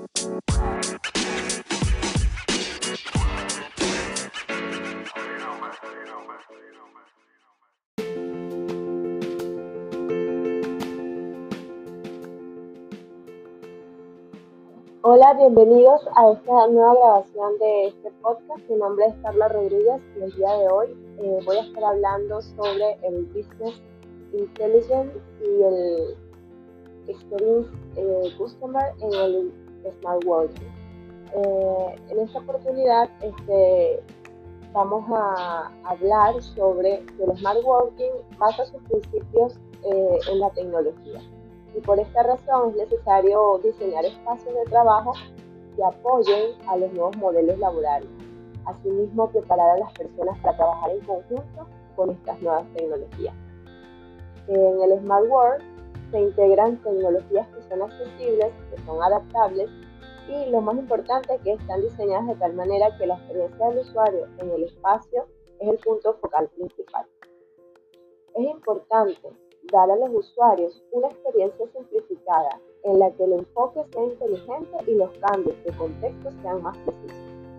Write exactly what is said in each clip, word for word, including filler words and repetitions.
Hola, bienvenidos a esta nueva grabación de este podcast. Mi nombre es Carla Rodríguez y el día de hoy eh, voy a estar hablando sobre el Business Intelligence y el Experience eh, Customer en el Smart Working. Eh, en esta oportunidad este, vamos a hablar sobre que el Smart Working basa sus principios eh, en la tecnología. Y por esta razón es necesario diseñar espacios de trabajo que apoyen a los nuevos modelos laborales. Asimismo, preparar a las personas para trabajar en conjunto con estas nuevas tecnologías. En el Smart Work se integran tecnologías que son accesibles, que son adaptables y lo más importante es que están diseñadas de tal manera que la experiencia del usuario en el espacio es el punto focal principal. Es importante dar a los usuarios una experiencia simplificada en la que el enfoque sea inteligente y los cambios de contexto sean más precisos.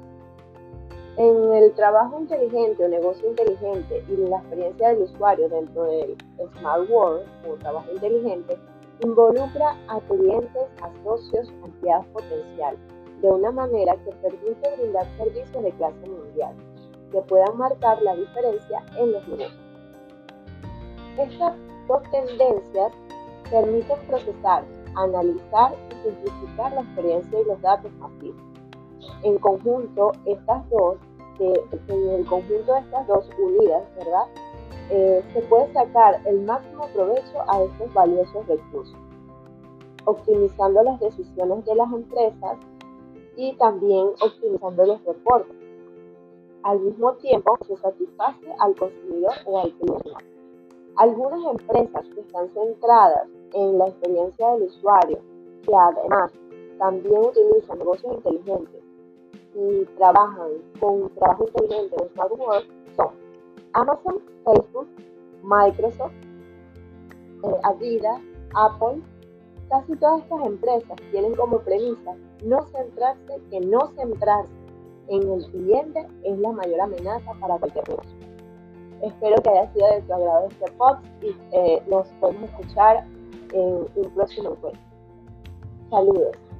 En el trabajo inteligente o negocio inteligente y la experiencia del usuario dentro del Smart World o trabajo inteligente involucra a clientes, a socios, a empleados potenciales de una manera que permite brindar servicios de clase mundial que puedan marcar la diferencia en los negocios. Estas dos tendencias permiten procesar, analizar y simplificar la experiencia y los datos masivos. En conjunto, estas dos, eh, en el conjunto de estas dos unidas, ¿verdad? Eh, se puede sacar el máximo provecho a estos valiosos recursos, optimizando las decisiones de las empresas y también optimizando los reportes. Al mismo tiempo, se satisface al consumidor o al cliente. Algunas empresas que están centradas en la experiencia del usuario, que además también utilizan negocios inteligentes y trabajan con trabajo inteligente en Smart Work, son Amazon, Facebook, Microsoft, eh, Adidas, Apple. Casi todas estas empresas tienen como premisa no centrarse, que no centrarse en el cliente es la mayor amenaza para cualquier negocio. Espero que haya sido de tu agrado este podcast y eh, nos podemos escuchar en un próximo encuentro. Saludos.